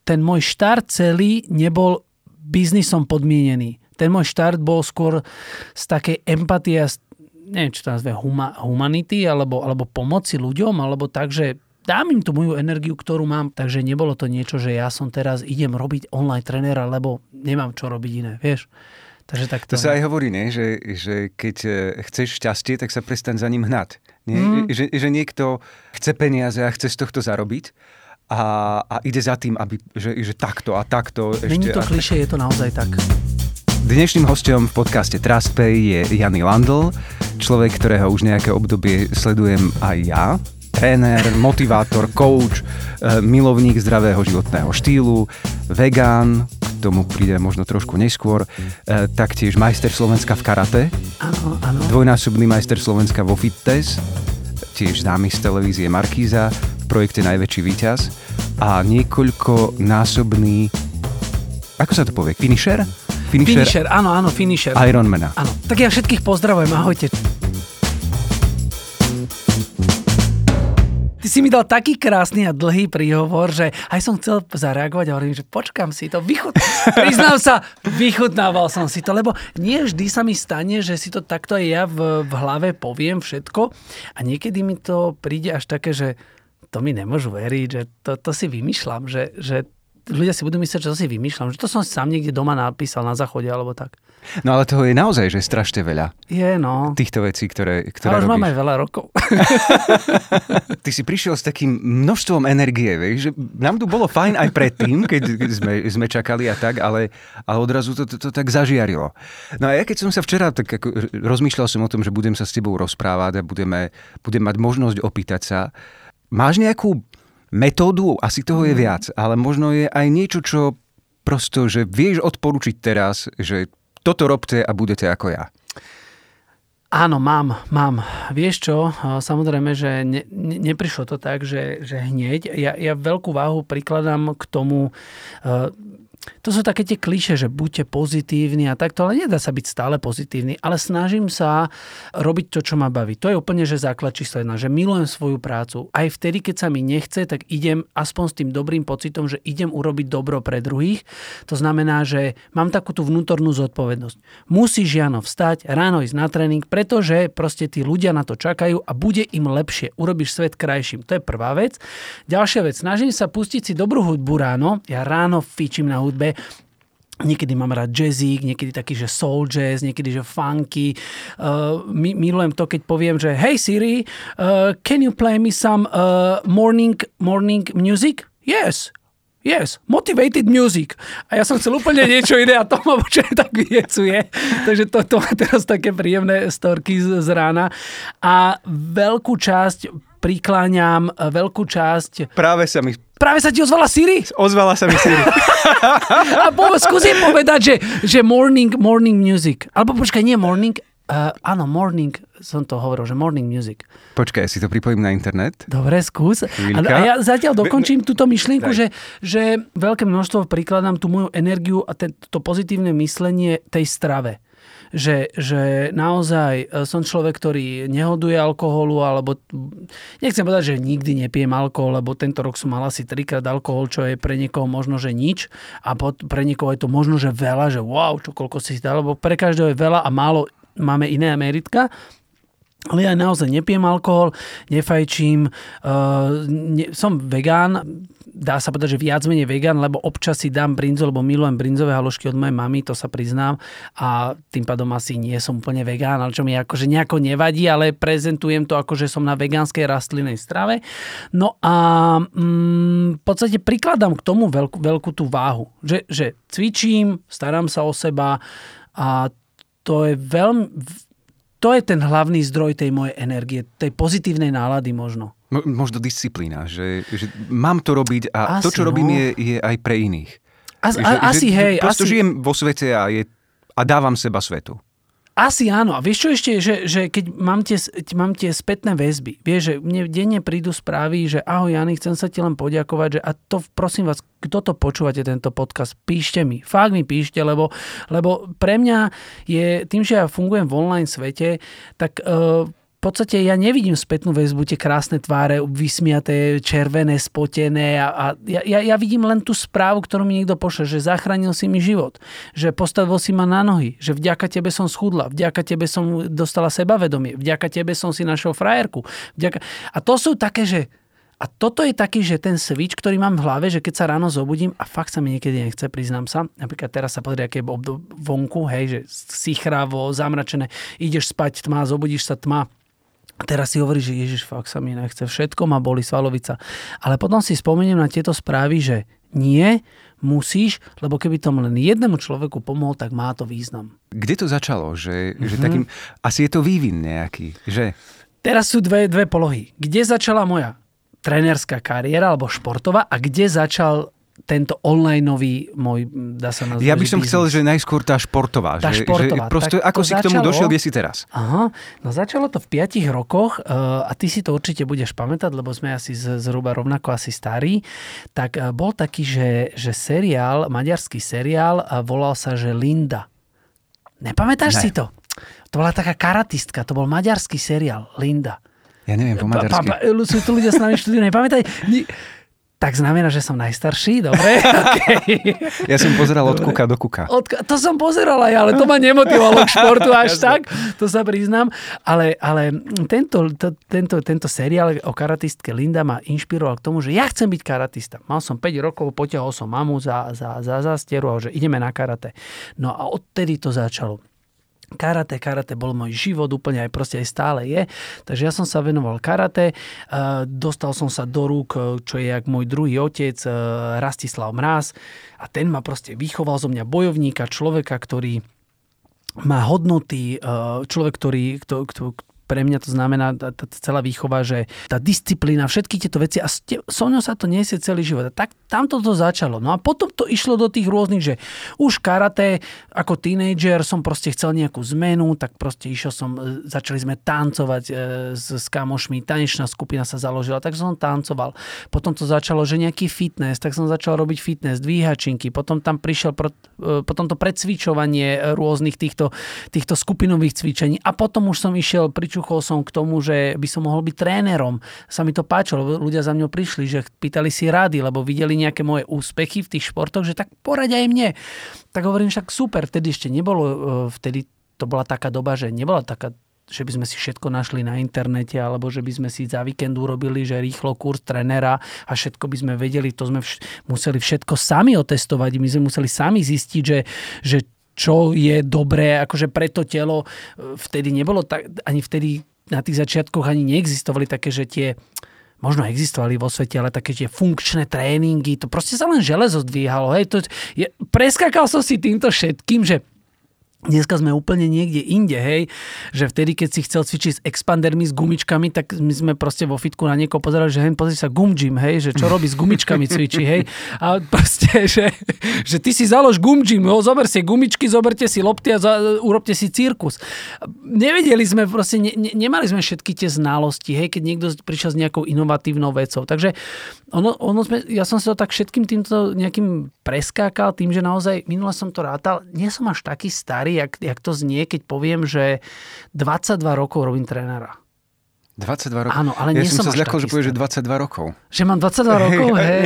ten môj štart celý nebol biznisom podmienený. Ten môj štart bol skôr z takej empatie, neviem, čo to nazve, humanity, alebo pomoci ľuďom, alebo tak, že dám im tú moju energiu, ktorú mám. Takže nebolo to niečo, že ja som teraz idem robiť online trénera, lebo nemám čo robiť iné, vieš. Takže tak to sa aj hovorí, nie? Že keď chceš šťastie, tak sa prestaň za ním hnať. Nie? Že niekto chce peniaze a chce z tohto zarobiť a ide za tým, že takto a takto. Není to klišé, je to naozaj tak. Dnešným hosťom v podcaste TrustPay je Jany Landl, človek, ktorého už nejaké obdobie sledujem aj ja. Tréner, motivátor, coach, milovník zdravého životného štýlu, vegán, k tomu príde možno trošku neskôr, taktiež majster Slovenska v karate, áno. Dvojnásobný majster Slovenska vo fitness, tiež známy z televízie Markíza, v projekte Najväčší víťaz a niekoľkonásobný, ako sa to povie, finisher? Finisher, áno, finisher. Ironmana. Áno, tak ja všetkých pozdravujem, ahojte. Ty si mi dal taký krásny a dlhý príhovor, že aj som chcel zareagovať a hovorím, že počkám si to, priznám sa, vychutnával som si to, lebo nie vždy sa mi stane, že si to takto aj ja v hlave poviem všetko a niekedy mi to príde až také, že to mi nemôžu veriť, že to si vymýšľam, že ľudia si budú myslieť, že to si vymýšľam, že to som sám niekde doma napísal na záchode alebo tak. No ale toho je naozaj, že strašne veľa. Je, no. Týchto vecí, ktoré ale už robíš. mám aj veľa rokov. Ty si prišiel s takým množstvom energie, vieš, že nám tu bolo fajn aj predtým, keď sme čakali a tak, ale odrazu to tak zažiarilo. No a ja keď som sa včera, tak ako, rozmýšľal som o tom, že budem sa s tebou rozprávať a budem mať možnosť opýtať sa. Máš nejakú metódu? Asi toho je viac, ale možno je aj niečo, čo prosto, že vieš odporučiť teraz, že toto robte a budete ako ja. Áno, mám. Vieš čo, samozrejme, že neprišlo to tak, že hneď. Ja veľkú váhu prikladám k tomu, to sú také tie klišé, že buďte pozitívni a takto, ale nedá sa byť stále pozitívny, ale snažím sa robiť to, čo ma baví. To je úplne, že základ číslo 1, že milujem svoju prácu. Aj vtedy, keď sa mi nechce, tak idem aspoň s tým dobrým pocitom, že idem urobiť dobro pre druhých. To znamená, že mám takú tú vnútornú zodpovednosť. Musíš, Jano, vstať, ráno ísť na tréning, pretože proste tí ľudia na to čakajú a bude im lepšie. Urobíš svet krajším. To je prvá vec. Ďalšia vec, snažím sa pustiť si dobrú hudbu ráno. Ja ráno fičím na hudbe. Niekedy mám rád jazzík, niekedy taký, že soul jazz, niekedy, že funky. Milujem to, keď poviem, že hey Siri, can you play me some morning music? Yes, motivated music. A ja som chcel úplne niečo iné a to ma určite tak vyjecuje. Takže to má teraz také príjemné storky z rána. A veľkú časť prikláňam, Práve sa ti ozvala Siri? Ozvala sa mi Siri. A skúsim povedať, že morning music. Alebo počkaj, nie morning. Áno, morning, som to hovoril, že morning music. Počkaj, ja si to pripojím na internet. Dobre, skús. A ja zatiaľ dokončím túto myšlienku, že veľké množstvo prikladám tú moju energiu a to pozitívne myslenie tej strave. Že naozaj som človek, ktorý nehoduje alkoholu, alebo nechcem povedať, že nikdy nepijem alkohol, lebo tento rok som mal asi 3-krát alkohol, čo je pre niekoho možno, že nič a pre niekoho je to možno, že veľa, že wow, čo koľko si dal, lebo pre každého je veľa a málo máme iné meritka. Ale ja naozaj nepijem alkohol, nefajčím, som vegán, dá sa povedať, že viac menej vegán, lebo občas si dám brinzu, lebo milujem brinzové halušky od mojej mamy, to sa priznám a tým pádom asi nie som úplne vegán, ale čo mi akože nejako nevadí, ale prezentujem to ako, že som na vegánskej rastlinnej strave. No a v podstate prikladám k tomu veľkú tú váhu, že cvičím, starám sa o seba a to je to je ten hlavný zdroj tej mojej energie, tej pozitívnej nálady možno. Možno disciplína, že mám to robiť a asi, to, čo robím, je aj pre iných. Prosto žijem vo svete a dávam seba svetu. Asi áno. A vieš čo ešte, že keď mám tie spätné väzby, vieš, že mne denne prídu správy, že ahoj Jany, chcem sa ti len poďakovať, že a to prosím vás, kto to počúvate tento podcast, píšte mi. Fakt mi píšte, lebo pre mňa je, tým, že ja fungujem v online svete, tak v podstate ja nevidím spätnú väzbu, tie krásne tváre, vysmiaté, červené, spotené a ja vidím len tú správu, ktorú mi niekto pošle, že zachránil si mi život, že postavil si ma na nohy, že vďaka tebe som schudla, vďaka tebe som dostala sebavedomie, vďaka tebe som si našiel frajerku. A to sú také, že a toto je taký, že ten switch, ktorý mám v hlave, že keď sa ráno zobudím a fakt sa mi niekedy nechce, priznám sa. Napríklad teraz sa pozrie, aké je vonku, hej, že sichravo, zamračené, ideš spať tma, zobudíš sa tma. A teraz si hovoríš, že ježiš, fakt sa mi nechce, všetko ma boli, svalovica. Ale potom si spomeniem na tieto správy, že nie, musíš, lebo keby tomu len jednému človeku pomohol, tak má to význam. Kde to začalo? Že takým, asi je to vývin nejaký, že? Teraz sú dve polohy. Kde začala moja trénerská kariéra alebo športová a kde začal tento onlineový môj, dá sa nazvať, ja by som chcel, že najskôr tá športová. Tá športová. Že proste, ako si začalo, k tomu došiel, kde si teraz? Aha, no začalo to v 5 rokoch a ty si to určite budeš pamätať, lebo sme asi zhruba rovnako asi starí. Tak bol taký, že seriál, maďarský seriál, volal sa, že Linda. Nepamätáš si to? To bola taká karatistka, to bol maďarský seriál, Linda. Ja neviem po maďarsky. Sú tu ľudia s nami štúdiu, nepamätaj? Tak znamená, že som najstarší, dobre? Okay. Ja som pozeral od kuka do kuka. To som pozeral aj, ale to ma nemotivovalo k športu až tak, to sa priznám. Ale tento seriál o karatistke Linda ma inšpiroval k tomu, že ja chcem byť karatista. Mal som 5 rokov, potiahol som mamu za zástieru a že ideme na karate. No a odtedy to začalo. Karate bol môj život, úplne aj proste aj stále je. Takže ja som sa venoval karate, dostal som sa do rúk, čo je jak môj druhý otec, Rastislav Mráz, a ten ma proste vychoval zo mňa bojovníka, človeka, ktorý má hodnoty, človek, ktorý pre mňa to znamená tá celá výchova, že tá disciplína, všetky tieto veci a so mňou sa to nesie celý život. A tak tamto to začalo. No a potom to išlo do tých rôznych, že už karate, ako tínedžer som proste chcel nejakú zmenu, tak proste začali sme tancovať s kamošmi, tanečná skupina sa založila, tak som tancoval. Potom to začalo, že nejaký fitness, tak som začal robiť fitness, dvíhačinky, potom tam prišiel potom to precvičovanie rôznych týchto skupinových cvičení a potom už som išiel, pričuchol som k tomu, že by som mohol byť trénerom. Sa mi to páčilo, ľudia za mňou prišli, že pýtali si rady, lebo videli nejaké moje úspechy v tých športoch, že tak poraď aj mne. Tak hovorím, však super, vtedy ešte nebolo, vtedy to bola taká doba, že nebola taká, že by sme si všetko našli na internete, alebo že by sme si za víkend urobili, že rýchlo kurz trénera a všetko by sme vedeli, to sme museli všetko sami otestovať, my sme museli sami zistiť, že čo je dobré, akože pre to telo. Vtedy nebolo tak, ani vtedy na tých začiatkoch ani neexistovali také, že možno existovali vo svete, ale také tie funkčné tréningy, to proste sa len železo zdvíhalo. Hej, preskakal som si týmto všetkým, že dneska sme úplne niekde inde, hej, že vtedy, keď si chcel cvičiť s expandermi, s gumičkami, tak my sme proste vo fitku na niekoho pozerali, že pozri sa gum gym, hej, že čo robí s gumičkami cvičí, hej, a proste, že ty si založ gum gym, zober si gumičky, zoberte si lopty a urobte si cirkus. Nevedeli sme, proste nemali sme všetky tie znalosti, hej, keď niekto prišiel s nejakou inovatívnou vecou, takže ja som si to tak všetkým týmto nejakým preskákal, tým, že naozaj minule som to rátal, nie som až taký starý, jak to znie, keď poviem, že 22 rokov robím trénera. 22 rokov? Áno, ale nie som sa zľakol, že povieš, že 22 rokov. Že mám 22 rokov? Hej.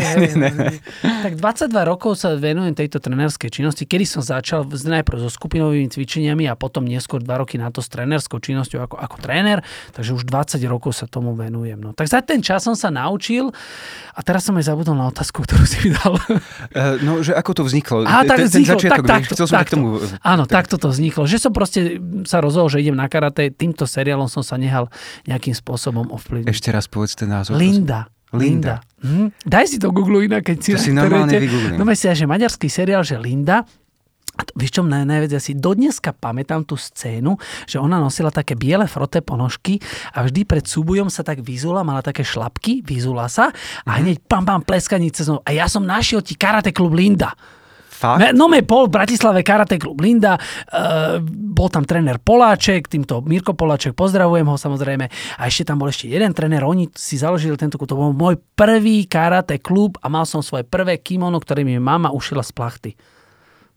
Tak 22 rokov sa venujem tejto trénerskej činnosti, kedy som začal najprv so skupinovými cvičeniami a potom neskôr 2 roky na to s trénerskou činnosťou ako tréner, takže už 20 rokov sa tomu venujem. No. Tak za ten čas som sa naučil a teraz som aj zabudol na otázku, ktorú si mi dal. No, že ako to vzniklo? Tak vzniklo, začiatok, chcel som k tomu... Áno, takto to vzniklo. Že som proste sa rozhodol, že idem na karate. Týmto seriálom som sa nehal nejakým spôsobom ovplyvniť. Ešte raz povedz ten názov. Linda. Daj si to Google inak, keď si... To si normálne vygooglím. No si že maďarský seriál, že Linda. A to, vieš čo, najviac ja si dodneska pamätám tú scénu, že ona nosila také biele froté ponožky a vždy pred súbojom sa tak vyzula, mala také šlapky, vyzula sa a hneď pam pleskanice znovu. A ja som našiel ti karate klub Linda. Fakt? No bol v Bratislave karate klub Linda, bol tam tréner Poláček, týmto Mirko Poláček, pozdravujem ho samozrejme, a ešte tam bol ešte jeden tréner, oni si založili tento klub, to bol môj prvý karate klub a mal som svoje prvé kimono, ktoré mi mama ušila z plachty.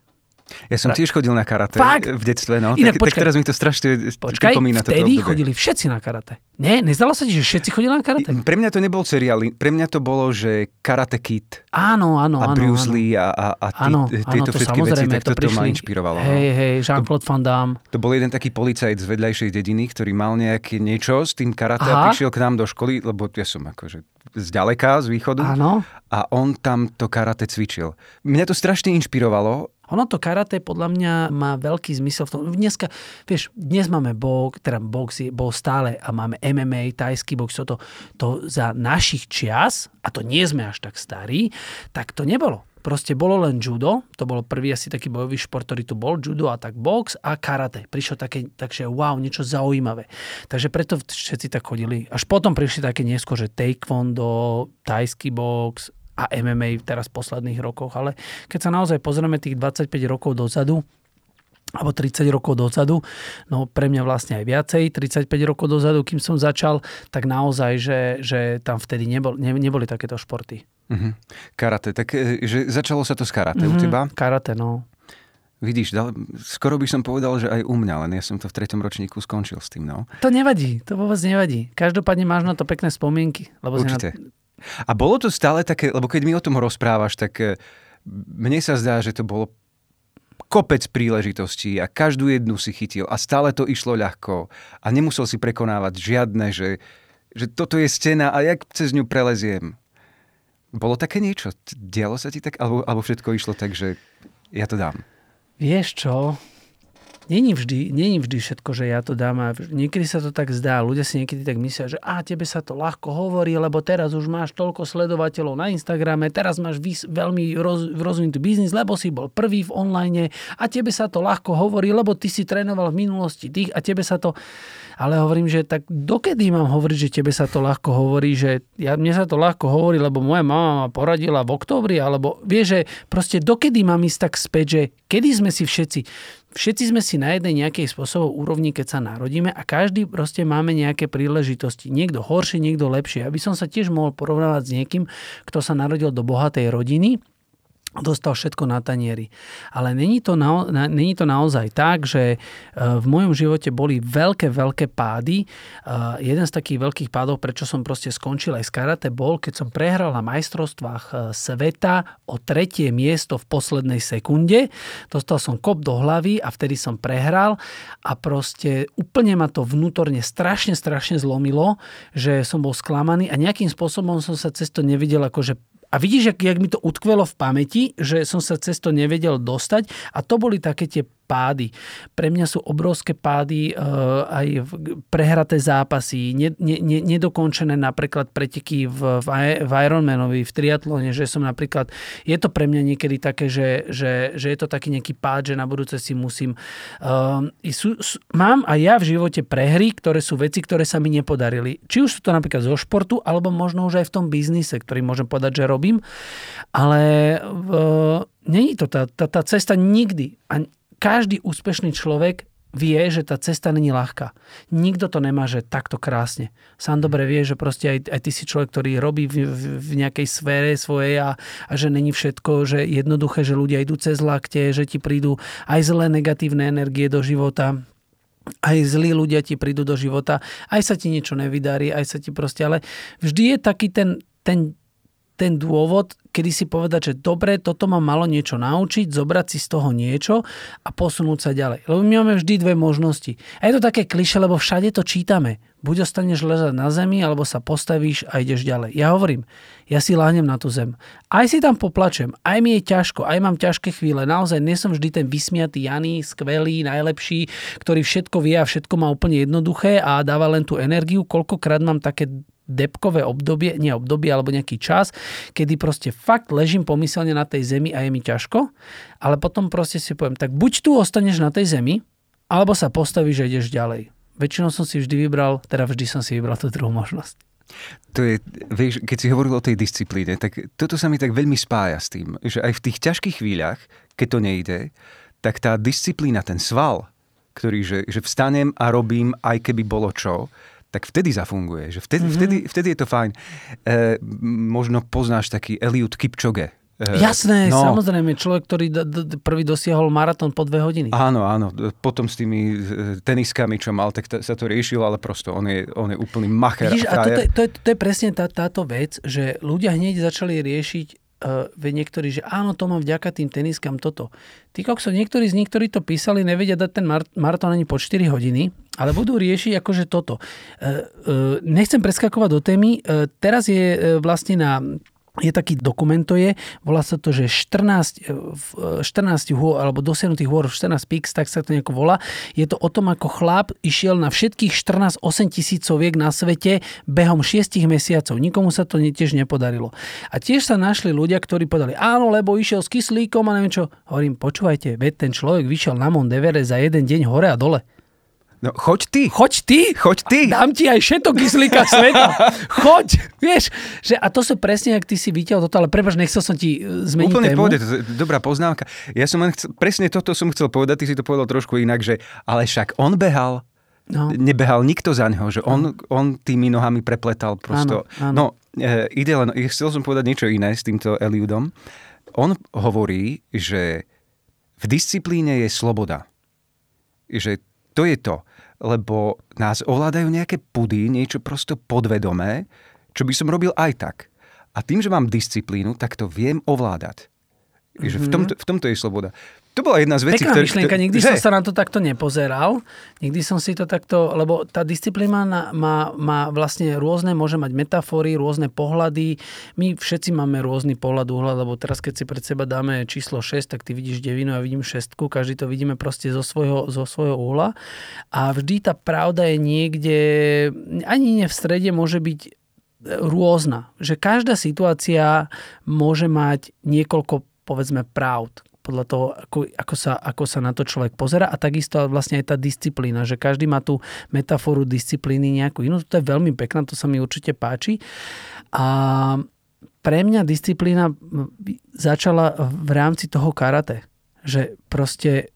Ja som tiež chodil na karate v detstve, no. Inak, tak teraz mi to strašne pripomína. Vtedy chodili všetci na karate. Nie, nezdalo sa ti, že všetci chodili na karate? Pre mňa to nebol seriál, pre mňa to bolo, že Karate Kid. Áno. A Bruce Lee a tieto všetky veci, tak toto ma inšpirovalo. Hej, Jean-Claude Van Damme. To bol jeden taký policajt z vedľajšej dediny, ktorý mal nejaké niečo s tým karate a prišiel k nám do školy, lebo ja som akože zďaleka, z východu. Áno. A on tam to karate cvičil. Mňa to strašne inšpirovalo. Ono to karate podľa mňa má veľký zmysel v tom. Dneska, dnes máme box bol stále a máme MMA, tajský box, to za našich čias, a to nie sme až tak starí, tak to nebolo. Proste bolo len judo, to bol prvý asi taký bojový šport, ktorý tu bol, judo a tak box a karate. Prišlo takže wow, niečo zaujímavé. Takže preto všetci tak chodili. Až potom prišli také neskôr, že taekwondo, tajský box a MMA teraz v posledných rokoch. Ale keď sa naozaj pozrieme tých 25 rokov dozadu, alebo 30 rokov dozadu, no pre mňa vlastne aj viacej, 35 rokov dozadu, kým som začal, tak naozaj, že tam vtedy neboli takéto športy. Karate, tak že začalo sa to z karate u teba? Karate, no. Vidíš, skoro by som povedal, že aj u mňa, len ja som to v 3. ročníku skončil s tým, no. To nevadí, to vôbec nevadí. Každopádne máš na to pekné spomienky. Lebo určite. A bolo to stále také, lebo keď mi o tom rozprávaš, tak mne sa zdá, že to bolo kopec príležitostí a každú jednu si chytil a stále to išlo ľahko a nemusel si prekonávať žiadne, že toto je stena a jak cez ňu preleziem. Bolo také niečo? Dialo sa ti tak? Alebo všetko išlo tak, že ja to dám? Vieš čo? Není vždy všetko, že ja to dám a niekedy sa to tak zdá. Ľudia si niekedy tak myslia, že tebe sa to ľahko hovorí, lebo teraz už máš toľko sledovateľov na Instagrame, teraz máš veľmi rozvinutý biznis, lebo si bol prvý v online a tebe sa to ľahko hovorí, lebo ty si trénoval v minulosti tých a tebe sa to... Ale hovorím, že tak dokedy mám hovoriť, že tebe sa to ľahko hovorí, že mne sa to ľahko hovorí, lebo moja mama ma poradila v októbri, alebo vieš, že proste dokedy mám ísť tak späť, že kedy sme si všetci sme si na jednej nejakej spôsobov úrovni, keď sa narodíme a každý proste máme nejaké príležitosti. Niekto horšie, niekto lepšie. Aby som sa tiež mohol porovnávať s niekým, kto sa narodil do bohatej rodiny, dostal všetko na tanieri. Ale není to naozaj tak, že v mojom živote boli veľké pády. Jeden z takých veľkých pádov, prečo som proste skončil aj z karate, bol, keď som prehral na majstrovstvách sveta o 3. miesto v poslednej sekunde. Dostal som kop do hlavy a vtedy som prehral a proste úplne ma to vnútorne strašne zlomilo, že som bol sklamaný a nejakým spôsobom som sa cez to nevidel akože. A vidíš, jak mi to utkvelo v pamäti, že som sa cez to nevedel dostať a to boli také tie pády. Pre mňa sú obrovské pády aj prehraté zápasy, nedokončené napríklad preteky v Ironmanovi, v triatlone, že som napríklad, je to pre mňa niekedy také, že je to taký nejaký pád, že na budúce si musím... mám aj ja v živote prehry, ktoré sú veci, ktoré sa mi nepodarili. Či už sú to napríklad zo športu, alebo možno už aj v tom biznise, ktorý môžem povedať, že robím. Ale není to tá cesta nikdy. A každý úspešný človek vie, že tá cesta není ľahká. Nikto to nemá, že takto krásne. Sám dobre vie, že proste aj ty si človek, ktorý robí v nejakej sfére svojej a že není všetko, že jednoduché, že ľudia idú cez lakte, že ti prídu aj zlé negatívne energie do života, aj zlí ľudia ti prídu do života, aj sa ti niečo nevydarí, aj sa ti proste, ale vždy je taký ten dôvod, kedy si povedať, že dobre, toto ma malo niečo naučiť, zobrať si z toho niečo a posunúť sa ďalej. Lebo my máme vždy dve možnosti. A je to také klišé, lebo všade to čítame. Buď ostaneš ležať na zemi, alebo sa postavíš a ideš ďalej. Ja hovorím, ja si láhnem na tú zem. Aj si tam poplačem, aj mi je ťažko, aj mám ťažké chvíle. Naozaj nie som vždy ten vysmiatý Jani, skvelý, najlepší, ktorý všetko vie a všetko má úplne jednoduché a dáva len tú energiu. Koľkokrát mám také depkové obdobie alebo nejaký čas, kedy proste fakt ležím pomyselne na tej zemi a je mi ťažko, ale potom proste si poviem, tak buď tu ostaneš na tej zemi, alebo sa postavíš a ideš ďalej. Väčšinou som si vždy vybral tú druhú možnosť. To je, vieš, keď si hovoril o tej disciplíne, tak toto sa mi tak veľmi spája s tým, že aj v tých ťažkých chvíľach, keď to nejde, tak tá disciplína, ten sval, ktorý, že vstanem a robím, aj keby bolo čo, tak vtedy zafunguje. Že vtedy je to fajn. Možno poznáš taký Eliud Kipchoge. Jasné, samozrejme, človek, ktorý prvý dosiahol maratón po 2 hodiny. Áno, potom s tými teniskami, čo mal, tak sa to riešilo, ale prosto on je úplný macher. Vidíš, a to je presne táto vec, že ľudia hneď začali riešiť niektorí, že áno, to mám vďaka tým teniskám toto. Tí kokso, niektorí z nich, ktorí to písali, nevedia dať ten maratón ani po 4 hodiny, ale budú riešiť akože toto. Nechcem preskakovať do témy. Teraz je vlastne je taký dokument, volá sa to, že 14 hôr, alebo dosiahnutých hôr, 14 peaks, tak sa to nejako volá. Je to o tom, ako chlap išiel na všetkých 14 8 000 na svete behom 6 mesiacov. Nikomu sa to tiež nepodarilo. A tiež sa našli ľudia, ktorí povedali, áno, lebo išiel s kyslíkom a neviem čo. Hovorím, počúvajte, veď ten človek vyšiel na Mont Everest za jeden deň hore a dole. No, choď ty. Choď ty. Dám ti aj všetok kyslíka sveta. Choď. Vieš, že a to sú presne, ak ty si vytiaľ toto, ale prepáč, nechcel som ti zmeniť úplne tému. Úplne pôjde, dobrá poznámka. Ja som presne toto som chcel povedať, ty si to povedal trošku inak, že ale však on behal. No. Nebehal nikto za neho, že on tými nohami prepletal prosto. Áno. Chcel som povedať niečo iné s týmto Eliudom. On hovorí, že v disciplíne je sloboda. Že to je to, lebo nás ovládajú nejaké pudy, niečo prosto podvedomé, čo by som robil aj tak. A tým, že mám disciplínu, tak to viem ovládať. Že v tomto je sloboda. To bola jedna z vecí, pekná myšlienka, nikdy som sa na to takto nepozeral. Nikdy som si to takto, lebo tá disciplína má vlastne rôzne, môže mať metafory, rôzne pohľady. My všetci máme rôzny pohľad, lebo teraz, keď si pred seba dáme číslo 6, tak ty vidíš 9 a vidím 6, každý to vidíme proste zo svojho uhla. A vždy tá pravda je niekde, ani nie v strede, môže byť rôzna. Že každá situácia môže mať niekoľko, povedzme, pravd. Podľa toho, ako sa na to človek pozerá a takisto vlastne aj tá disciplína, že každý má tú metaforu disciplíny nejakú inú. To je veľmi pekná, to sa mi určite páči. A pre mňa disciplína začala v rámci toho karate. Že proste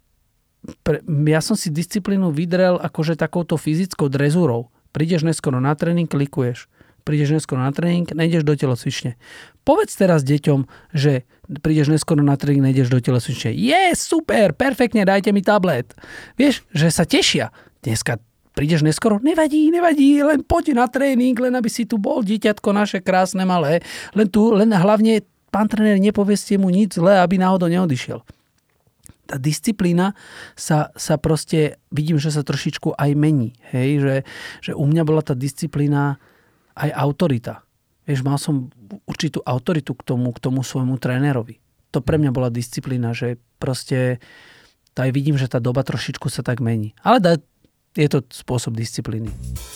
ja som si disciplínu vydrel akože takouto fyzickou drezúrou. Prídeš neskoro na tréning, klikuješ. Prídeš neskoro na tréning, nejdeš do telocvične. Povedz teraz deťom, že prídeš neskoro na tréning, nejdeš do telocvične. Super, perfektne, dajte mi tablet. Vieš, že sa tešia. Dneska prídeš neskoro, nevadí, len poď na tréning, len aby si tu bol, dieťatko naše krásne malé. Len hlavne pán tréner, nepoveste mu nič zlé, aby náhodou neodišiel. Tá disciplína sa proste, vidím, že sa trošičku aj mení. Hej, že u mňa bola tá disciplína aj autorita. Vieš, mal som určitú autoritu k tomu svojmu trénerovi. To pre mňa bola disciplína, že proste aj vidím, že tá doba trošičku sa tak mení. Ale je to spôsob disciplíny.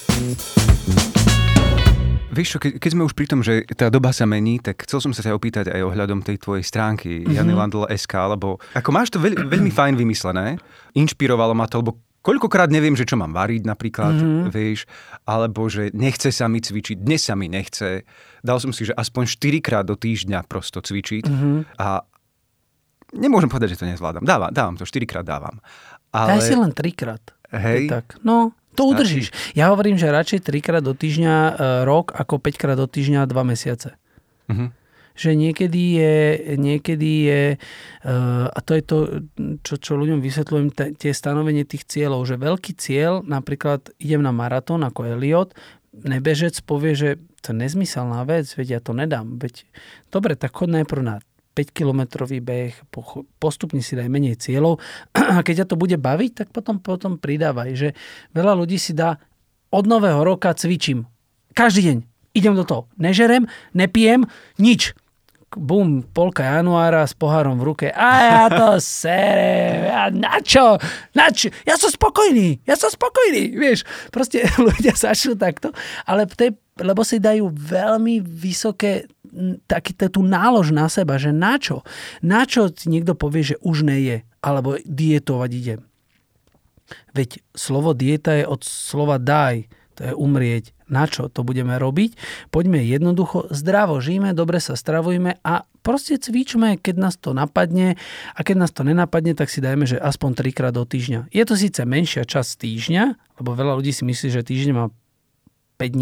Vieš čo, keď sme už pri tom, že tá doba sa mení, tak chcel som sa ťa opýtať aj ohľadom tej tvojej stránky JannyLandl.sk, lebo ako máš to veľmi fajn vymyslené, inšpirovalo ma to, lebo koľkokrát neviem, že čo mám variť napríklad, vieš, alebo že nechce sa mi cvičiť, dnes sa mi nechce. Dal som si, že aspoň 4-krát do týždňa prosto cvičiť a nemôžem povedať, že to nezvládam. Dávam to, 4-krát dávam. Ale... Daj si len 3-krát. Hej. Tak. No, to udržíš. Ja hovorím, že radšej 3-krát do týždňa rok, ako 5-krát do týždňa 2 mesiace. Že niekedy je a to je to, čo ľuďom vysvetľujem, tie stanovenie tých cieľov, že veľký cieľ, napríklad idem na maratón ako Eliot, nebežec povie, že to je nezmyselná vec, veď ja to nedám. Dobre, tak chod najprv na 5-kilometrový beh, postupne si daj menej cieľov a keď ťa to bude baviť, tak potom pridávaj, že veľa ľudí si dá od nového roka cvičím. Každý deň. Idem do toho. Nežerem, nepijem, nič. Bum, polka januára s pohárom v ruke. A ja to serem. Na čo? Ja som spokojný. Vieš, proste ľudia začnú takto. Ale lebo si dajú veľmi vysoké tú nálož na seba, že na čo? Na čo ti niekto povie, že už neje? Alebo dietovať idem. Veď slovo dieta je od slova daj. To je umrieť. Na čo to budeme robiť? Poďme jednoducho, zdravo žijeme, dobre sa stravujme a proste cvičme, keď nás to napadne a keď nás to nenapadne, tak si dajme, že aspoň 3-krát do týždňa. Je to síce menšia časť týždňa, lebo veľa ľudí si myslí, že týždeň má 5 dní,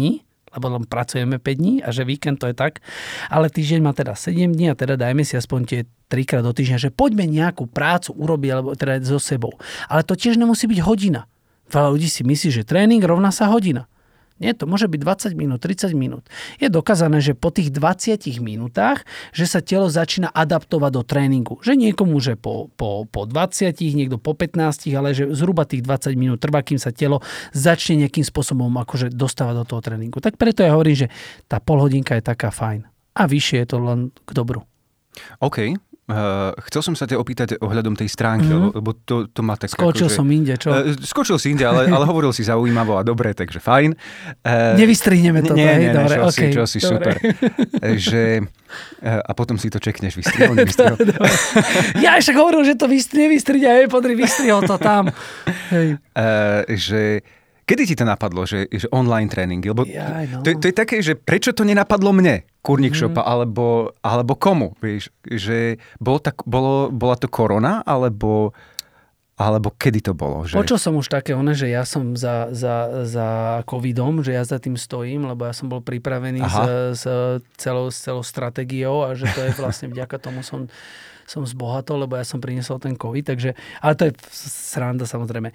lebo len pracujeme 5 dní a že víkend to je tak. Ale týždeň má teda 7 dní a teda dajme si aspoň tie 3-krát do týždňa, že poďme nejakú prácu urobiť, alebo teda so sebou. Ale to tiež nemusí byť hodina. Veľa ľudí si myslí, že tréning rovná sa hodina. Nie, to môže byť 20 minút, 30 minút. Je dokázané, že po tých 20 minútach, že sa telo začína adaptovať do tréningu. Že niekomu, že po 20, niekto po 15, ale že zhruba tých 20 minút trvá, kým sa telo začne nejakým spôsobom akože dostávať do toho tréningu. Tak preto ja hovorím, že tá polhodinka je taká fajn. A vyššie je to len k dobru. OK. Chcel som sa ťa opýtať ohľadom tej stránky, lebo to má tak... Skočil som inde, čo? Skočil si inde, ale hovoril si zaujímavo a dobre, takže fajn. Nevystrihneme to. Nie, dobre, čo si super. A potom si to čekneš, vystrihol. Ja však hovoril, že to nevystrihneme, podri, vystrihol to tam. Hej. Kedy ti to napadlo, že online tréning? Lebo to je také, že prečo to nenapadlo mne, Kurník Šopa, alebo komu? Vieš, že bola to korona, alebo kedy to bolo? Že... Počul som už také, že ja som za covidom, že ja za tým stojím, lebo ja som bol pripravený s celou stratégiou a že to je vlastne vďaka tomu som zbohatol, lebo ja som priniesol ten COVID, takže, ale to je sranda samozrejme.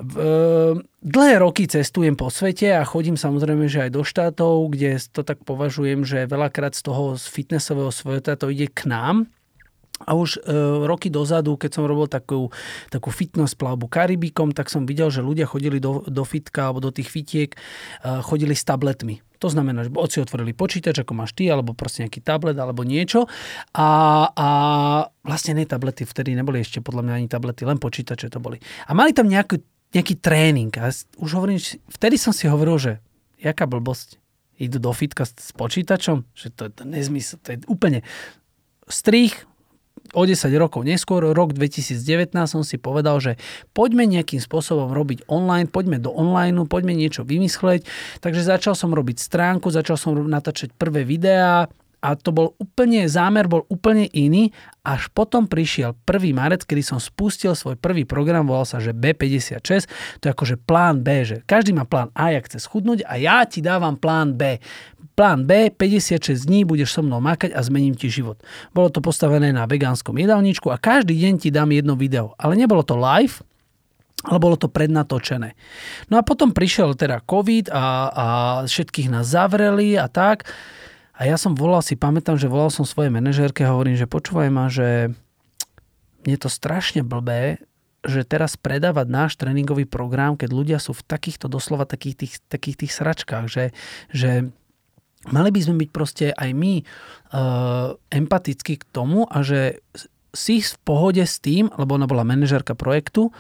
Dlhé roky cestujem po svete a chodím samozrejme, že aj do štátov, kde to tak považujem, že veľakrát z toho fitnessového sveta to ide k nám. A už roky dozadu, keď som robil takú fitness plavbu Karibikom, tak som videl, že ľudia chodili do fitka alebo do tých fitiek, chodili s tabletmi. To znamená, že si otvorili počítač, ako máš ty, alebo proste nejaký tablet, alebo niečo. A vlastne nie tablety, vtedy neboli ešte podľa mňa ani tablety, len počítače to boli. A mali tam nejaký tréning. A už hovorím, vtedy som si hovoril, že jaká blbosť. Idú do fitka s počítačom? Že to je nezmysel. To je úplne strých. O 10 rokov neskôr, rok 2019, som si povedal, že poďme nejakým spôsobom robiť online, poďme do online, poďme niečo vymysleť. Takže začal som robiť stránku, začal som natáčať prvé videá a to zámer bol úplne iný. Až potom prišiel 1. marec, kedy som spustil svoj prvý program, volal sa, že B56. To je akože plán B, že každý má plán A, jak chce schudnúť a ja ti dávam plán B. Plán B, 56 dní budeš so mnou makať a zmením ti život. Bolo to postavené na vegánskom jedálničku a každý deň ti dám jedno video. Ale nebolo to live, ale bolo to prednatočené. No a potom prišiel teda COVID a všetkých nás zavreli a tak. A ja som pamätám, že volal som svojej manažérke a hovorím, že počúvaj ma, že mne to strašne blbé, že teraz predávať náš tréningový program, keď ľudia sú v takýchto doslova takých tých sračkách, že mali by sme byť proste aj my empatickí k tomu a že si v pohode s tým, lebo ona bola manažérka projektu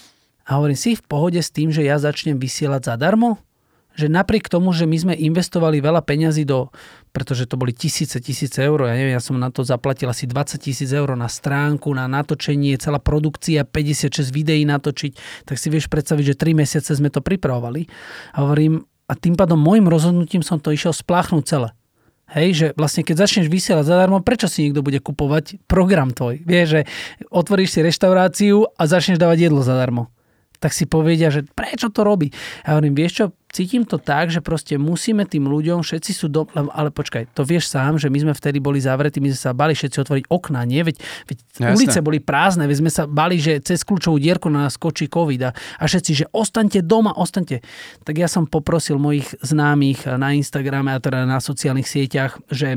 a hovorím si v pohode s tým, že ja začnem vysielať zadarmo, že napriek tomu, že my sme investovali veľa peňazí pretože to boli tisíce eur, ja neviem, ja som na to zaplatil asi 20 000 eur na stránku, na natočenie, celá produkcia, 56 videí natočiť, tak si vieš predstaviť, že 3 mesiace sme to pripravovali. A hovorím, a tým pádom môjim rozhodnutím som to išiel spláchnuť celé. Hej, že vlastne keď začneš vysielať zadarmo, prečo si niekto bude kupovať program tvoj? Vieš, že otvoríš si reštauráciu a začneš dávať jedlo zadarmo. Tak si povedia, že prečo to robí? Ja hovorím, vieš čo, cítim to tak, že proste musíme tým ľuďom, všetci sú ale počkaj, to vieš sám, že my sme vtedy boli zavretí, my sme sa bali všetci otvoriť okná, nie? Veď ulice boli prázdne, veď sme sa bali, že cez kľúčovú dierku na nás skočí COVID a všetci, že ostaňte doma, ostaňte. Tak ja som poprosil mojich známych na Instagrame a teda na sociálnych sieťach,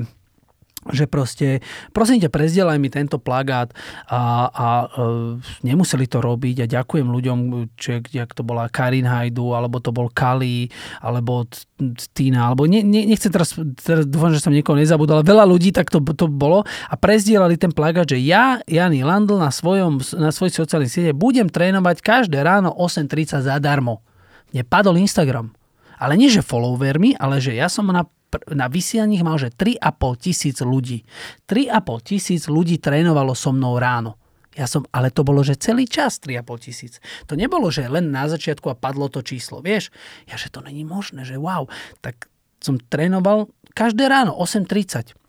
že proste, prosím ťa, prezdielaj mi tento plagát a nemuseli to robiť a ďakujem ľuďom, jak to bola Karin Hajdu, alebo to bol Kali, alebo Tina, alebo nechcem teraz dúfam, že som niekoho nezabudol, ale veľa ľudí tak to bolo a prezdielali ten plagát, že ja, Jani Landl, na svojich sociálnych sieťach budem trénovať každé ráno 8:30 zadarmo. Mne padol Instagram. Ale nie, že followermi, ale že ja som na vysielaních mal, že 3,5 000 ľudí. 3,5 000 ľudí trénovalo so mnou ráno. Ale to bolo, že celý čas 3,5 000. To nebolo, že len na začiatku a padlo to číslo. Vieš, že to není možné, že wow. Tak som trénoval každé ráno 8:30.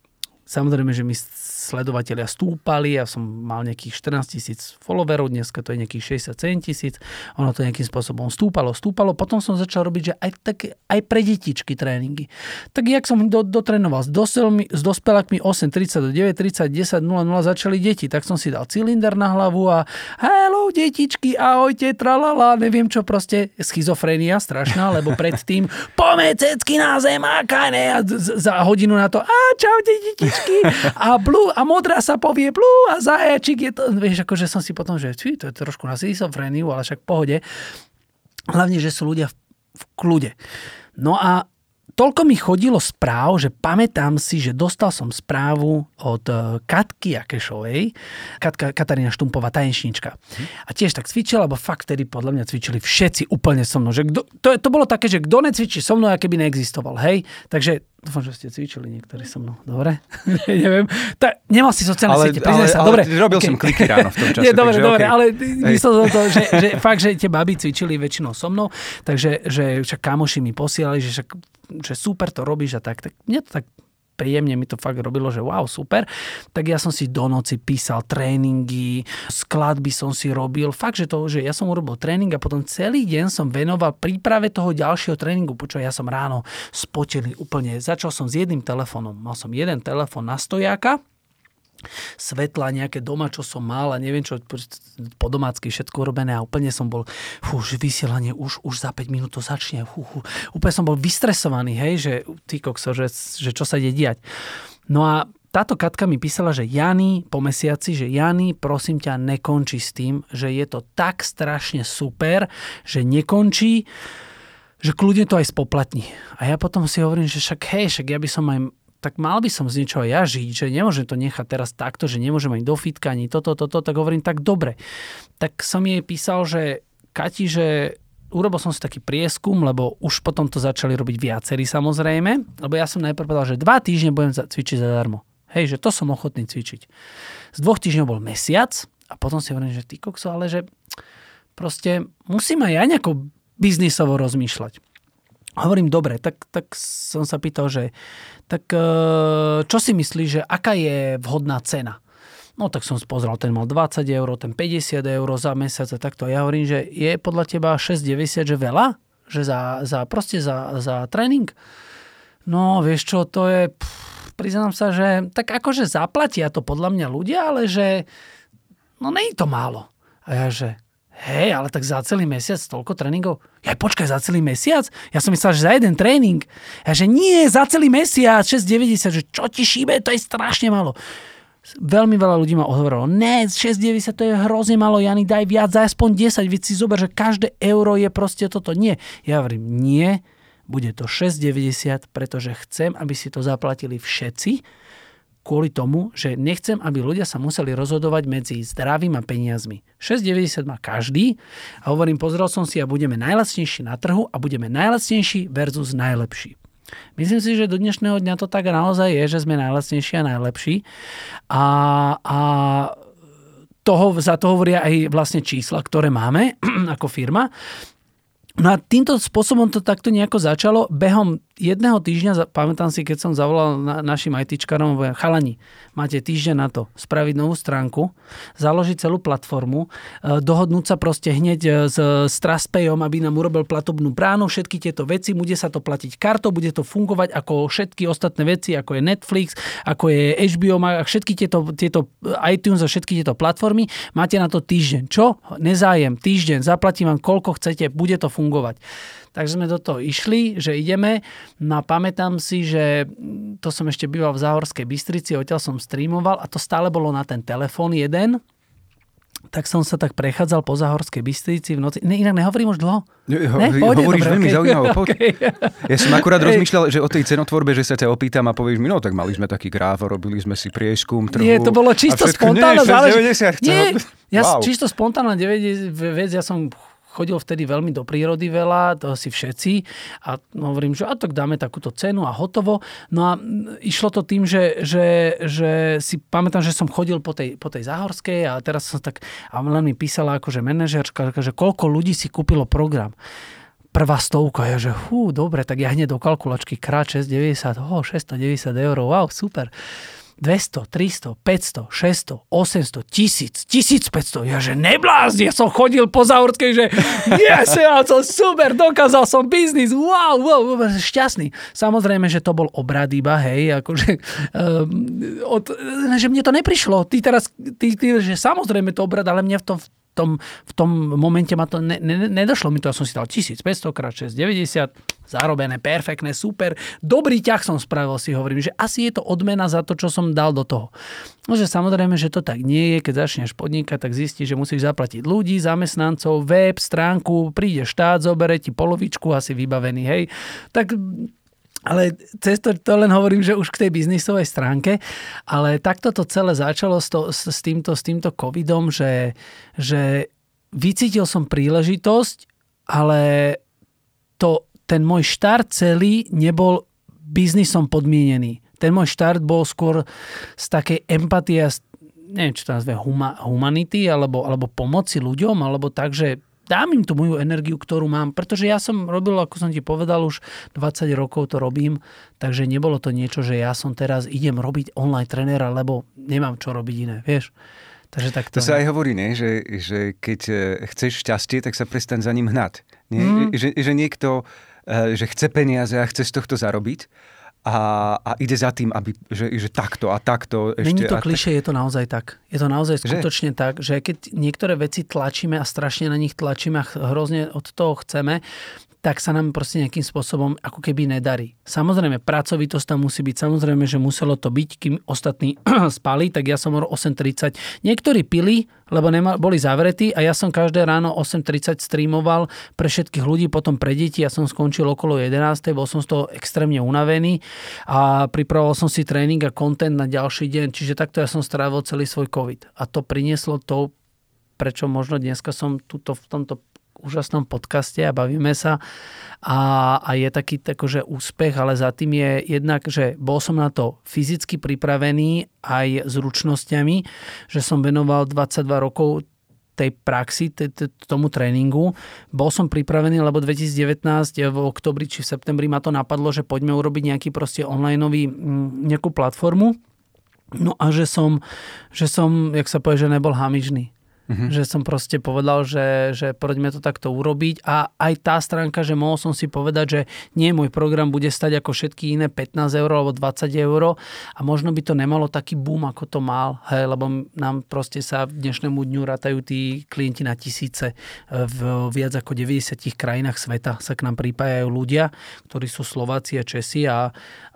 samozrejme, že mi sledovatelia stúpali, ja som mal nejakých 14 000 followerov, dneska to je nejakých 67 000, ono to nejakým spôsobom stúpalo, potom som začal robiť, že aj pre detičky tréningy. Tak jak som dotrénoval s dospelákmi 8:30 do 9:30, 10:00 začali deti, tak som si dal cylinder na hlavu a hello detičky, ahojte, tralala, neviem čo, proste schizofrénia strašná, lebo predtým poďme cecky na zem a za hodinu na to čaute detičky a modrá sa povie blue a zajačik je to, vieš, akože som si potom, že to je trošku na schizofréniu, ale však v pohode. Hlavne, že sú ľudia v kľude. No a toľko mi chodilo správ, že pamätám si, že dostal som správu od Katky Jakešovej, Katarína Štumpová, tanečníčka. A tiež tak cvičila, lebo fakt vtedy podľa mňa cvičili všetci úplne so mnou. Že to bolo také, že kto necvičí so mnou, aké by neexistoval. Hej? Takže dúfam, že ste cvičili niektorí so mnou. Dobre? Neviem. Nemal si sociálne siete, priznaj sa. Dobre. Robil som kliky ráno v tom čase. Dobre, okay. Ale myslel som to, že fakt, že tie baby cvičili väčšinou so mnou, takže že však kamoši mi posielali, že super to robíš a tak mne to tak príjemne mi to fakt robilo, že wow, super. Tak ja som si do noci písal tréningy, skladby som si robil. Fakt, že ja som urobil tréning a potom celý deň som venoval príprave toho ďalšieho tréningu. Počuť, ja som ráno spotený úplne. Začal som s jedným telefónom. Mal som jeden telefón na stojáka, svetla nejaké doma, čo som mal a neviem čo, po domácky všetko urobené a úplne som bol, vysielanie už za 5 minút to začne, úplne som bol vystresovaný, hej, že ty kokso, že čo sa ide diať. No a táto Katka mi písala, že Jani, po mesiaci, že Jani, prosím ťa, nekončí s tým, že je to tak strašne super, že nekončí, že kľudne to aj spoplatní. A ja potom si hovorím, že však ja by som aj tak mal by som z niečoho ja žiť, že nemôžem to nechať teraz takto, že nemôžem ani do fitka, ani toto, tak hovorím, tak dobre. Tak som jej písal, že Kati, že urobil som si taký prieskum, lebo už potom to začali robiť viacerí samozrejme, lebo ja som najprv povedal, že 2 týždne budem cvičiť zadarmo. Hej, že to som ochotný cvičiť. Z 2 týždňov bol mesiac a potom si hovorím, že ty kokso, ale že proste musím aj ja nejako biznisovo rozmýšľať. Hovorím, dobre, tak som sa pýtal, že tak čo si myslíš, že aká je vhodná cena? No tak som pozrel, ten mal 20 eur, ten 50 eur za mesiac a takto. Ja hovorím, že je podľa teba 6,90, že veľa? Že za tréning? No vieš čo, to je, priznám sa, že tak akože zaplatia to podľa mňa ľudia, ale že no nie je to málo. A ja že hej, ale tak za celý mesiac toľko tréningov? Ja počkaj, za celý mesiac? Ja som myslel, že za jeden tréning. Ja že nie, za celý mesiac, 6,90, že čo ti šíbe, to je strašne málo. Veľmi veľa ľudí ma hovorilo, ne, 6,90 to je hrozne málo, Jani, daj viac, daj aspoň 10, veď si zober, že každé euro je proste toto. Nie. Ja hovorím, nie, bude to 6,90, pretože chcem, aby si to zaplatili všetci, kvôli tomu, že nechcem, aby ľudia sa museli rozhodovať medzi zdravím a peniazmi. 6,90 má každý a hovorím, pozrel som si a budeme najlacnejší na trhu a budeme najlacnejší versus najlepší. Myslím si, že do dnešného dňa to tak naozaj je, že sme najlacnejší a najlepší a za to hovoria aj vlastne čísla, ktoré máme ako firma. No a týmto spôsobom to takto nejako začalo. Behom jedného týždňa, pamätám si, keď som zavolal našim ITčkarom, chalani, máte týždeň na to spraviť novú stránku, založiť celú platformu, dohodnúť sa proste hneď s Trustpayom, aby nám urobil platobnú bránu, všetky tieto veci, bude sa to platiť kartou, bude to fungovať ako všetky ostatné veci, ako je Netflix, ako je HBO, všetky tieto iTunes a všetky tieto platformy, máte na to týždeň. Čo? Nezájem, týždeň, zaplatím vám koľko chcete, bude to fungovať. Takže sme do toho išli, že ideme. No a pamätám si, že to som ešte býval v Záhorskej Bystrici, odtiaľ som streamoval a to stále bolo na ten telefón jeden. Tak som sa tak prechádzal po Záhorskej Bystrici v noci. Inak nehovorím už dlho? Hovoríš veľmi zaujímavé. Okay. Ja som akurát rozmýšľal, že o tej cenotvorbe, že sa ťa opýtam a povieš mi, no tak mali sme taký graf, robili sme si prieskum trhu. Nie, to bolo čisto spontánne. Čisto spontánna vec, ja som chodil vtedy veľmi do prírody veľa, to si všetci a hovorím, že a tak dáme takúto cenu a hotovo. No a išlo to tým, že si pamätám, že som chodil po tej Záhorskej a teraz som tak, a len mi písala akože manažerka, že koľko ľudí si kúpilo program. Prvá 100, ja že dobre, tak ja hneď do kalkulačky krát 690, 690 eur, wow, super. 200, 300, 500, 600, 800, 1000, 1500. Ja že neblázni, ja som chodil po Záhorskej, že ja som super, dokázal som biznis, wow, šťastný. Samozrejme, že to bol obrad iba, hej, akože, že mne to neprišlo. Ty, že samozrejme to obrad, ale mne v tom momente ma to nedošlo mi to, ja som si dal 1500 x 690, zarobené, perfektné, super, dobrý ťah som spravil, si hovorím, že asi je to odmena za to, čo som dal do toho. No, že samozrejme, že to tak nie je, keď začneš podnikať, tak zistíš, že musíš zaplatiť ľudí, zamestnancov, web, stránku, príde štát, zobere ti polovičku, asi vybavený, hej. Tak ale cez to len hovorím, že už k tej biznisovej stránke, ale takto to celé začalo s týmto covidom, že vycítil som príležitosť, ale ten môj štart celý nebol biznisom podmienený. Ten môj štart bol skôr z takej empatie, neviem, čo to nazve, humanity, alebo pomoci ľuďom, alebo tak, že dám im tú moju energiu, ktorú mám, pretože ja som robil, ako som ti povedal, už 20 rokov to robím, takže nebolo to niečo, že ja som teraz idem robiť online trénera, lebo nemám čo robiť iné, vieš. Takže tak to sa aj hovorí, ne? Že keď chceš šťastie, tak sa prestaň za ním hnať. Že niekto že chce peniaze a chce z tohto zarobiť a ide za tým, že takto a takto. Není to klišé, je to naozaj tak. Je to naozaj skutočne tak, že keď niektoré veci tlačíme a strašne na nich tlačíme a hrozne od toho chceme, tak sa nám proste nejakým spôsobom ako keby nedarí. Samozrejme, pracovitosť tam musí byť. Samozrejme, že muselo to byť, kým ostatní spali, tak ja som 8:30. Niektorí pili, lebo boli zavretí a ja som každé ráno 8:30 streamoval pre všetkých ľudí, potom pre deti. Ja som skončil okolo 11:00, bol som z toho extrémne unavený a pripravoval som si tréning a content na ďalší deň. Čiže takto ja som strávil celý svoj COVID. A to prinieslo to, prečo možno dneska som tuto v tomto úžasnom podcaste a bavíme sa a je taký akože úspech, ale za tým je jednak, že bol som na to fyzicky pripravený aj s ručnosťami, že som venoval 22 rokov tej praxi, tomu tréningu. Bol som pripravený, lebo 2019 v oktobri či v septembri ma to napadlo, že poďme urobiť nejaký proste onlineový nejakú platformu. No a že som, jak sa povie, že nebol hamižný. Že som proste povedal, že poďme to takto urobiť a aj tá stránka, že mohol som si povedať, že nie, môj program bude stať ako všetky iné 15 eur alebo 20 eur a možno by to nemalo taký boom, ako to mal, hej, lebo nám proste sa v dnešnému dňu rátajú tí klienti na tisíce v viac ako 90 krajinách sveta sa k nám pripájajú ľudia, ktorí sú Slováci a Česi a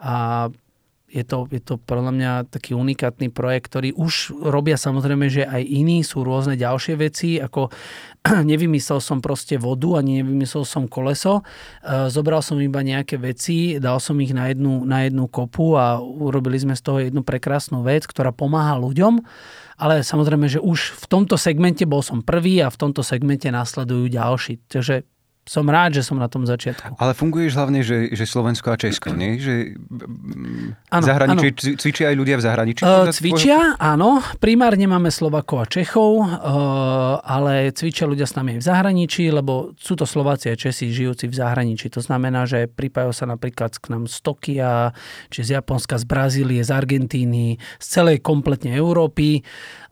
je to podľa mňa taký unikátny projekt, ktorý už robia samozrejme, že aj iní, sú rôzne ďalšie veci, ako nevymyslel som proste vodu, ani nevymyslel som koleso, zobral som iba nejaké veci, dal som ich na jednu kopu a urobili sme z toho jednu prekrásnu vec, ktorá pomáha ľuďom, ale samozrejme, že už v tomto segmente bol som prvý a v tomto segmente nasledujú ďalší, takže som rád, že som na tom začiatku. Ale funguješ hlavne, že Slovensko a Česko, nie? Že v zahraničí cvičia aj ľudia v zahraničí? Cvičia, áno. Primárne máme Slovakov a Čechov, ale cvičia ľudia s nami aj v zahraničí, lebo sú to Slováci a Česi žijúci v zahraničí. To znamená, že pripájajú sa napríklad k nám z Tokia, či z Japonska, z Brazílie, z Argentíny, z celej kompletne Európy.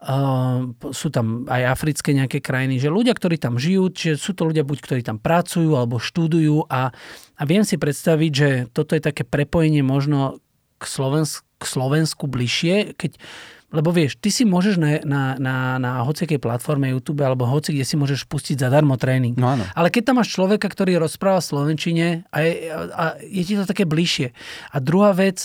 Sú tam aj africké nejaké krajiny, že ľudia, ktorí tam žijú, čiže sú to ľudia buď, ktorí tam pracujú alebo študujú a viem si predstaviť, že toto je také prepojenie možno k Slovensku bližšie, lebo vieš, ty si môžeš na hociakej platforme YouTube alebo hoci kde si môžeš pustiť zadarmo tréning. No áno. Ale keď tam máš človeka, ktorý rozpráva v slovenčine a je ti to také bližšie. A druhá vec,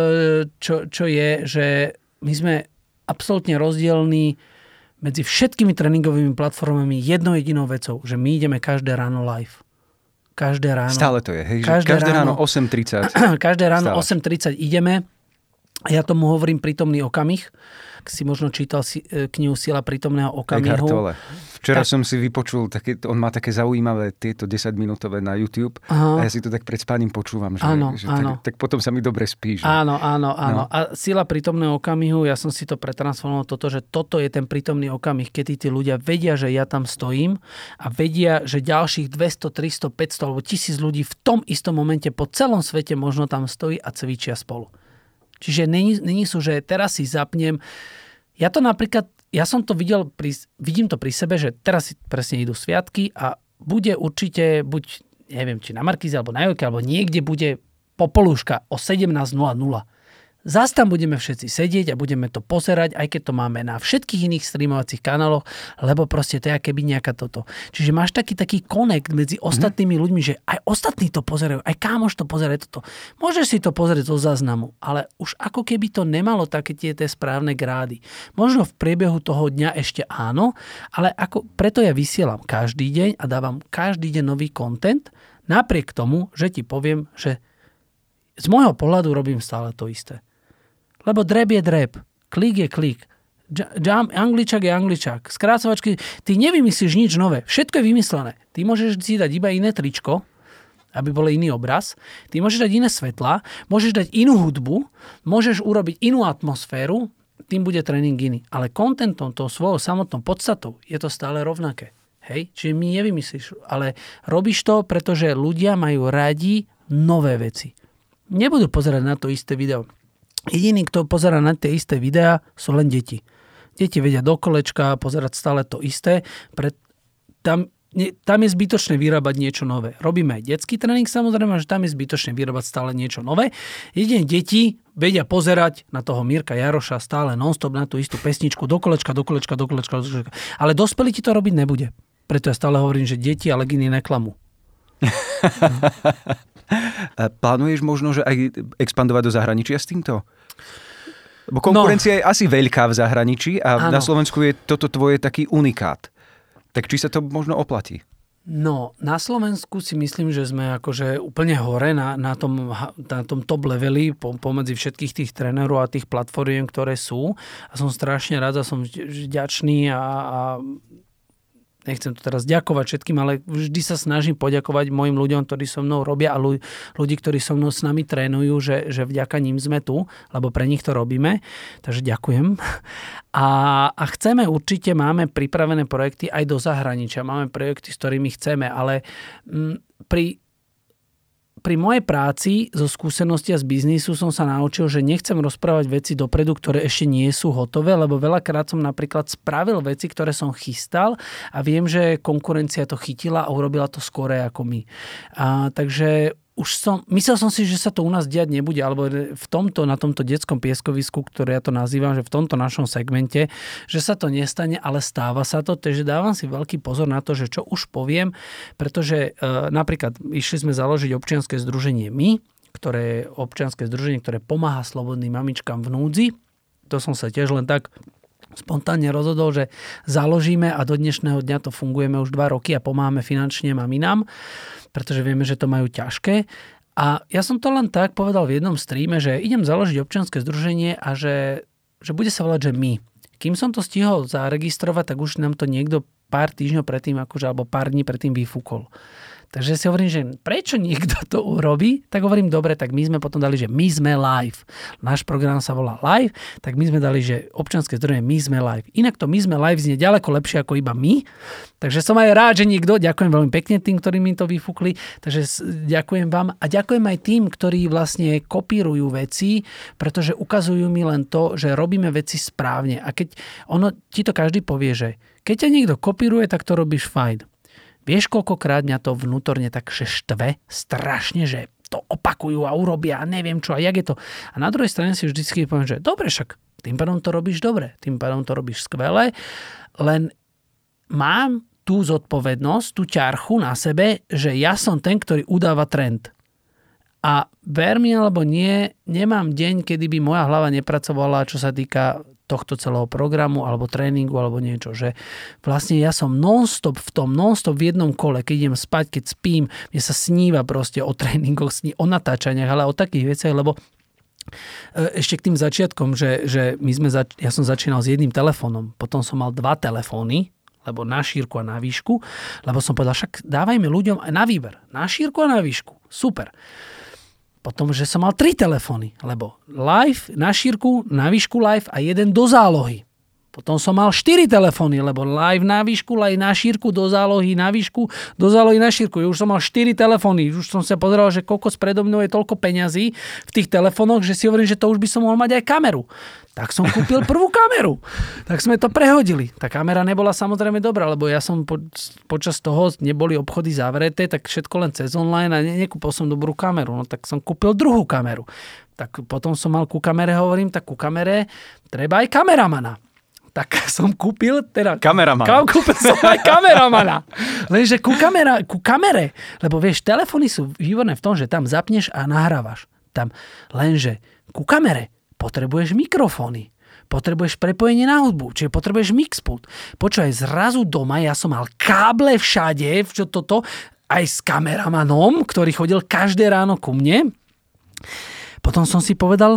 čo je, že my sme absolútne rozdielný medzi všetkými tréningovými platformami jednou jedinou vecou, že my ideme každé ráno live. Každé ráno. Stále to je, hej? Každé ráno 8:30. Každé ráno 8:30 ideme. Ja tomu hovorím prítomný okamih. Si možno čítal knihu Sila prítomného okamihu. Včera som si vypočul, on má také zaujímavé tieto 10-minútové na YouTube. Aha. A ja si to tak pred spáním počúvam. Že, áno. Tak potom sa mi dobre spí. Že... Áno. No. A Sila prítomného okamihu, ja som si to pretransformoval že toto je ten prítomný okamih, keď tí ľudia vedia, že ja tam stojím a vedia, že ďalších 200, 300, 500 alebo 1000 ľudí v tom istom momente po celom svete možno tam stojí a cvičia spolu. Čiže není sú, že teraz si zapnem. Ja to napríklad, ja som to vidím to pri sebe, že teraz si presne idú sviatky a bude určite, buď neviem, či na Markíze, alebo na Jojke, alebo niekde bude popolúška o 17.00. Zas tam budeme všetci sedieť a budeme to pozerať, aj keď to máme na všetkých iných streamovacích kanáloch, lebo proste to je akéby nejaká toto. Čiže máš taký connect medzi ostatnými ľuďmi, že aj ostatní to pozerajú, aj kámoš to pozerá toto. Môžeš si to pozrieť zo záznamu, ale už ako keby to nemalo také tie správne grády. Možno v priebehu toho dňa ešte áno, ale preto ja vysielam každý deň a dávam každý deň nový content, napriek tomu, že ti poviem, že z môjho pohľadu robím stále to isté. Lebo drep je drep, klik je klik, angličak je angličak, skrácovačky, ty nevymyslíš nič nové, všetko je vymyslené. Ty môžeš si dať iba iné tričko, aby bol iný obraz, ty môžeš dať iné svetlá, môžeš dať inú hudbu, môžeš urobiť inú atmosféru, tým bude tréning iný. Ale kontentom, tou svojou samotnou podstatou je to stále rovnaké. Hej? Čiže my nevymyslíš, ale robíš to, pretože ľudia majú radi nové veci. Nebudú pozerať na to isté video. Jediný, kto pozerá na tie isté videá, sú len deti. Deti vedia do kolečka pozerať stále to isté. Tam je zbytočné vyrábať niečo nové. Robíme aj detský tréning, samozrejme, že tam je zbytočné vyrábať stále niečo nové. Jedine deti vedia pozerať na toho Mirka Jaroša stále non-stop na tú istú pesničku do kolečka. Ale dospelí ti to robiť nebude. Preto ja stále hovorím, že deti a legíny neklamú. Plánuješ možno, že aj expandovať do zahraničia s týmto? Bo konkurencia je asi veľká v zahraničí a na Slovensku je toto tvoje taký unikát. Tak či sa to možno oplatí? No, na Slovensku si myslím, že sme akože úplne hore na tom top leveli pomedzi všetkých tých trénerov a tých platformiem, ktoré sú. A som strašne rád a som vďačný a nechcem to teraz ďakovať všetkým, ale vždy sa snažím poďakovať mojim ľuďom, ktorí so mnou robia a ľudí, ktorí so mnou s nami trénujú, že vďaka ním sme tu, lebo pre nich to robíme. Takže ďakujem. A chceme určite, máme pripravené projekty aj do zahraničia. Máme projekty, s ktorými chceme, ale pri mojej práci zo skúsenosti a z biznisu som sa naučil, že nechcem rozprávať veci dopredu, ktoré ešte nie sú hotové, lebo veľakrát som napríklad spravil veci, ktoré som chystal a viem, že konkurencia to chytila a urobila to skôr ako my. Takže myslel som si, že sa to u nás diať nebude, alebo na tomto detskom pieskovisku, ktoré ja to nazývam, že v tomto našom segmente, že sa to nestane, ale stáva sa to, takže dávam si veľký pozor na to, že čo už poviem, pretože napríklad išli sme založiť občianske združenie občianske združenie, ktoré pomáha slobodným mamičkám v núdzi. To som sa tiež len tak spontánne rozhodol, že založíme a do dnešného dňa to fungujeme už 2 roky a pomáhame finančne maminám, pretože vieme, že to majú ťažké. A ja som to len tak povedal v jednom streame, že idem založiť občianske združenie a že bude sa volať, že my. Kým som to stihol zaregistrovať, tak už nám to niekto pár týždňov predtým, alebo pár dní predtým vyfúkol. Takže si hovorím, že prečo niekto to urobí, tak hovorím, dobre, tak my sme potom dali, že my sme live. Náš program sa volá live, tak my sme dali, že občianske združenie my sme live. Inak to my sme live znie ďaleko lepšie ako iba my. Takže som aj rád, že niekto, ďakujem veľmi pekne tým, ktorí mi to vyfúkli. Takže ďakujem vám a ďakujem aj tým, ktorí vlastne kopírujú veci, pretože ukazujú mi len to, že robíme veci správne. A keď ti to každý povie, že keď ťa niekto kopíruje, tak to robíš fajn. Vieš, koľkokrát mňa to vnútorne tak štve strašne, že to opakujú a urobia a neviem čo a jak je to. A na druhej strane si vždycky poviem, že dobre, však tým pádom to robíš dobre, tým pádom to robíš skvele, len mám tú zodpovednosť, tú ťarchu na sebe, že ja som ten, ktorý udáva trend. A ver mi alebo nie, nemám deň, kedy by moja hlava nepracovala, čo sa týka tohto celého programu alebo tréningu alebo niečo, že vlastne ja som non-stop v jednom kole, keď idem spať, keď spím, mne sa sníva proste o tréningoch, o natáčaniach, ale o takých veciach, lebo ešte k tým začiatkom, že ja som začínal s jedným telefónom, potom som mal 2 telefóny, lebo na šírku a na výšku, lebo som povedal, však dávajme ľuďom aj na výber, na šírku a na výšku, super. Potom, že som mal 3 telefóny, lebo live, na šírku, na výšku live a jeden do zálohy. Potom som mal 4 telefóny, lebo live na výšku, live na šírku, do zálohy na výšku, do zálohy na šírku. Už som mal 4 telefóny. Už som sa pozeral, že koľko predo mnou je toľko peňazí v tých telefónoch, že si hovorím, že to už by som mohol mať aj kameru. Tak som kúpil prvú kameru. Tak sme to prehodili. Tá kamera nebola samozrejme dobrá, lebo ja som počas toho neboli obchody zavreté, tak všetko len cez online a nekúpil som dobrú kameru. No tak som kúpil druhú kameru. Tak potom som mal ku kamere, hovorím, tak ku kamere treba aj kameramana. Tak som kúpil kameramana. Kúpil som aj kameramana. Lenže ku kamere, lebo vieš, telefóny sú výborné v tom, že tam zapneš a nahrávaš. Lenže ku kamere potrebuješ mikrofóny. Potrebuješ prepojenie na hudbu, čiže potrebuješ mixpult. Počúvaj, zrazu doma ja som mal káble všade, aj s kameramanom, ktorý chodil každé ráno ku mne. Potom som si povedal,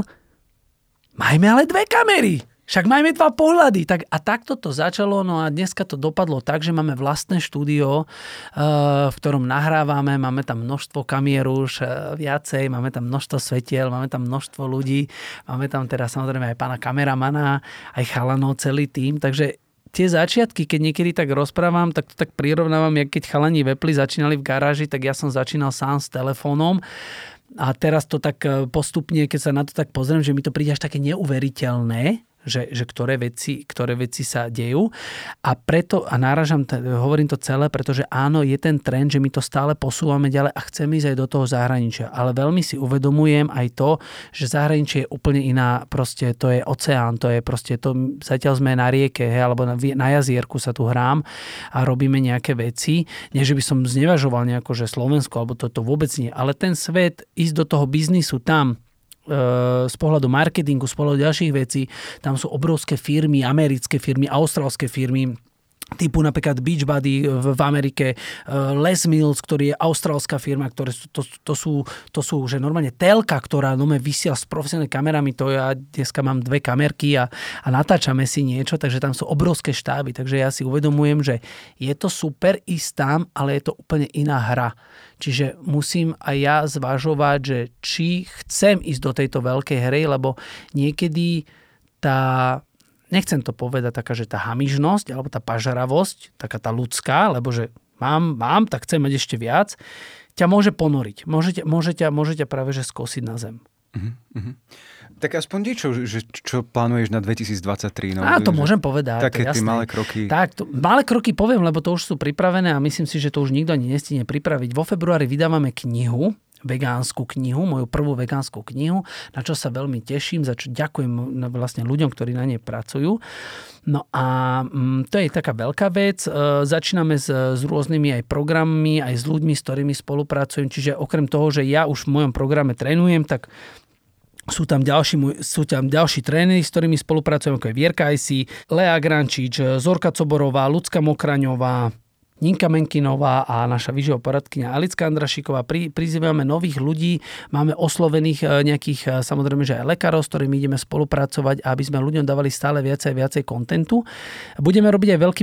majme ale 2 kamery. Však majme 2 pohľady. A takto to začalo, no a dneska to dopadlo tak, že máme vlastné štúdio, v ktorom nahrávame, máme tam množstvo kamier už viacej, máme tam množstvo svetiel, máme tam množstvo ľudí, máme tam teraz samozrejme aj pána kameramana, aj chalanov, celý tým, takže tie začiatky, keď niekedy tak rozprávam, tak to tak prirovnávam, jak keď chalani v Apple začínali v garáži, tak ja som začínal sám s telefónom. A teraz to tak postupne, keď sa na to tak pozriem, že mi to príde až také neuveriteľné, že ktoré veci sa dejú. A preto, hovorím to celé, pretože áno, je ten trend, že my to stále posúvame ďalej a chceme ísť aj do toho zahraničia. Ale veľmi si uvedomujem aj to, že zahraničie je úplne iná, proste to je oceán, to je proste to, zatiaľ sme na rieke, alebo na jazierku sa tu hrám a robíme nejaké veci. Nie, že by som znevažoval nejako, že Slovensko, alebo toto vôbec nie. Ale ten svet, ísť do toho biznisu tam, z pohľadu marketingu, z pohľadu ďalších vecí, tam sú obrovské firmy, americké firmy, austrálske firmy, typu napríklad Beachbody v Amerike, Les Mills, ktorý je austrálska firma, ktoré to sú že normálne telka, ktorá vysia s profesionálnymi kamerami, to ja dneska mám 2 kamerky a natáčame si niečo, takže tam sú obrovské štáby, takže ja si uvedomujem, že je to super ísť tam, ale je to úplne iná hra. Čiže musím aj ja zvažovať, že či chcem ísť do tejto veľkej hry, lebo niekedy nechcem to povedať taká, že tá hamižnosť alebo tá pažaravosť, taká tá ľudská, lebo že mám, tak chcem mať ešte viac, ťa môže ponoriť. Môže ťa práve že skosiť na zem. Tak aspoň čo plánuješ na 2023? No, to môžem povedať. Také tie malé kroky. Tak, malé kroky poviem, lebo to už sú pripravené a myslím si, že to už nikto ani nestihne pripraviť. Vo februári vydávame knihu, vegánsku knihu, moju prvú vegánsku knihu, na čo sa veľmi teším, za čo ďakujem vlastne ľuďom, ktorí na nej pracujú. No a to je taká veľká vec. Začíname s rôznymi aj programmi, aj s ľuďmi, s ktorými spolupracujem. Čiže okrem toho, že ja už v mojom programe trénujem, tak sú tam ďalší tréneri, s ktorými spolupracujem, ako je Vierka Ajsi, Lea Grančič, Zorka Coborová, Ľudská Mokraňová, Ninka Menkinová a naša výživová poradkyňa Alická Andrašíková. Prizývame nových ľudí, máme oslovených nejakých, samozrejme, že aj lekárov, s ktorými ideme spolupracovať, aby sme ľuďom dávali stále viacej kontentu. Budeme robiť aj veľký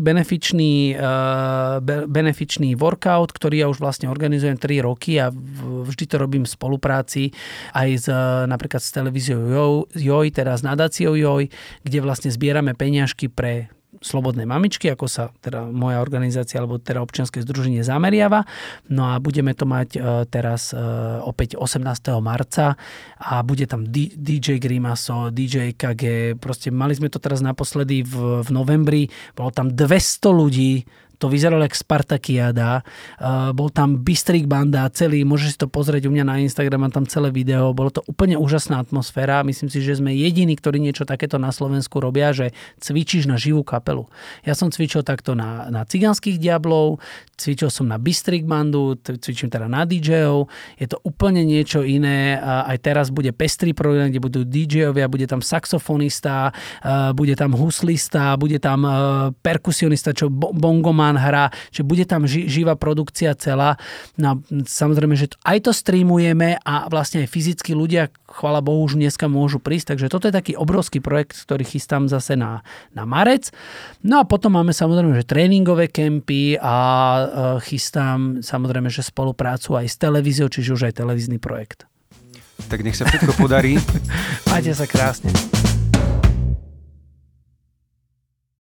benefičný workout, ktorý ja už vlastne organizujem 3 roky a vždy to robím v spolupráci aj napríklad s televíziou JOJ, teda s nadáciou JOJ, kde vlastne zbierame peniažky pre slobodné mamičky, ako sa teda moja organizácia alebo teda občianske združenie zameriava. No a budeme to mať teraz opäť 18. marca a bude tam DJ Grimaso, DJ KG, proste mali sme to teraz naposledy v novembri, bolo tam 200 ľudí, to vyzeralo jak Spartakiada, bol tam Bystrik Banda, celý, môžeš si to pozrieť u mňa na Instagram, mám tam celé video, bolo to úplne úžasná atmosféra, myslím si, že sme jediní, ktorí niečo takéto na Slovensku robia, že cvičíš na živú kapelu. Ja som cvičil takto na Cigánskych diablov, cvičil som na Bystrik Bandu, cvičím teda na DJ-ov, je to úplne niečo iné, aj teraz bude pestrý program, kde budú DJ-ovia, bude tam saxofonista, bude tam huslista, bude tam perkusionista, čo bongoman hra, že bude tam živá produkcia celá. No, samozrejme, že aj to streamujeme a vlastne aj fyzicky ľudia, chvála Bohu, už dneska môžu prísť. Takže toto je taký obrovský projekt, ktorý chystám zase na marec. No a potom máme samozrejme, že tréningové kempy a chystám samozrejme, že spoluprácu aj s televíziou, čiže už aj televízny projekt. Tak nech sa všetko podarí. Majte sa krásne.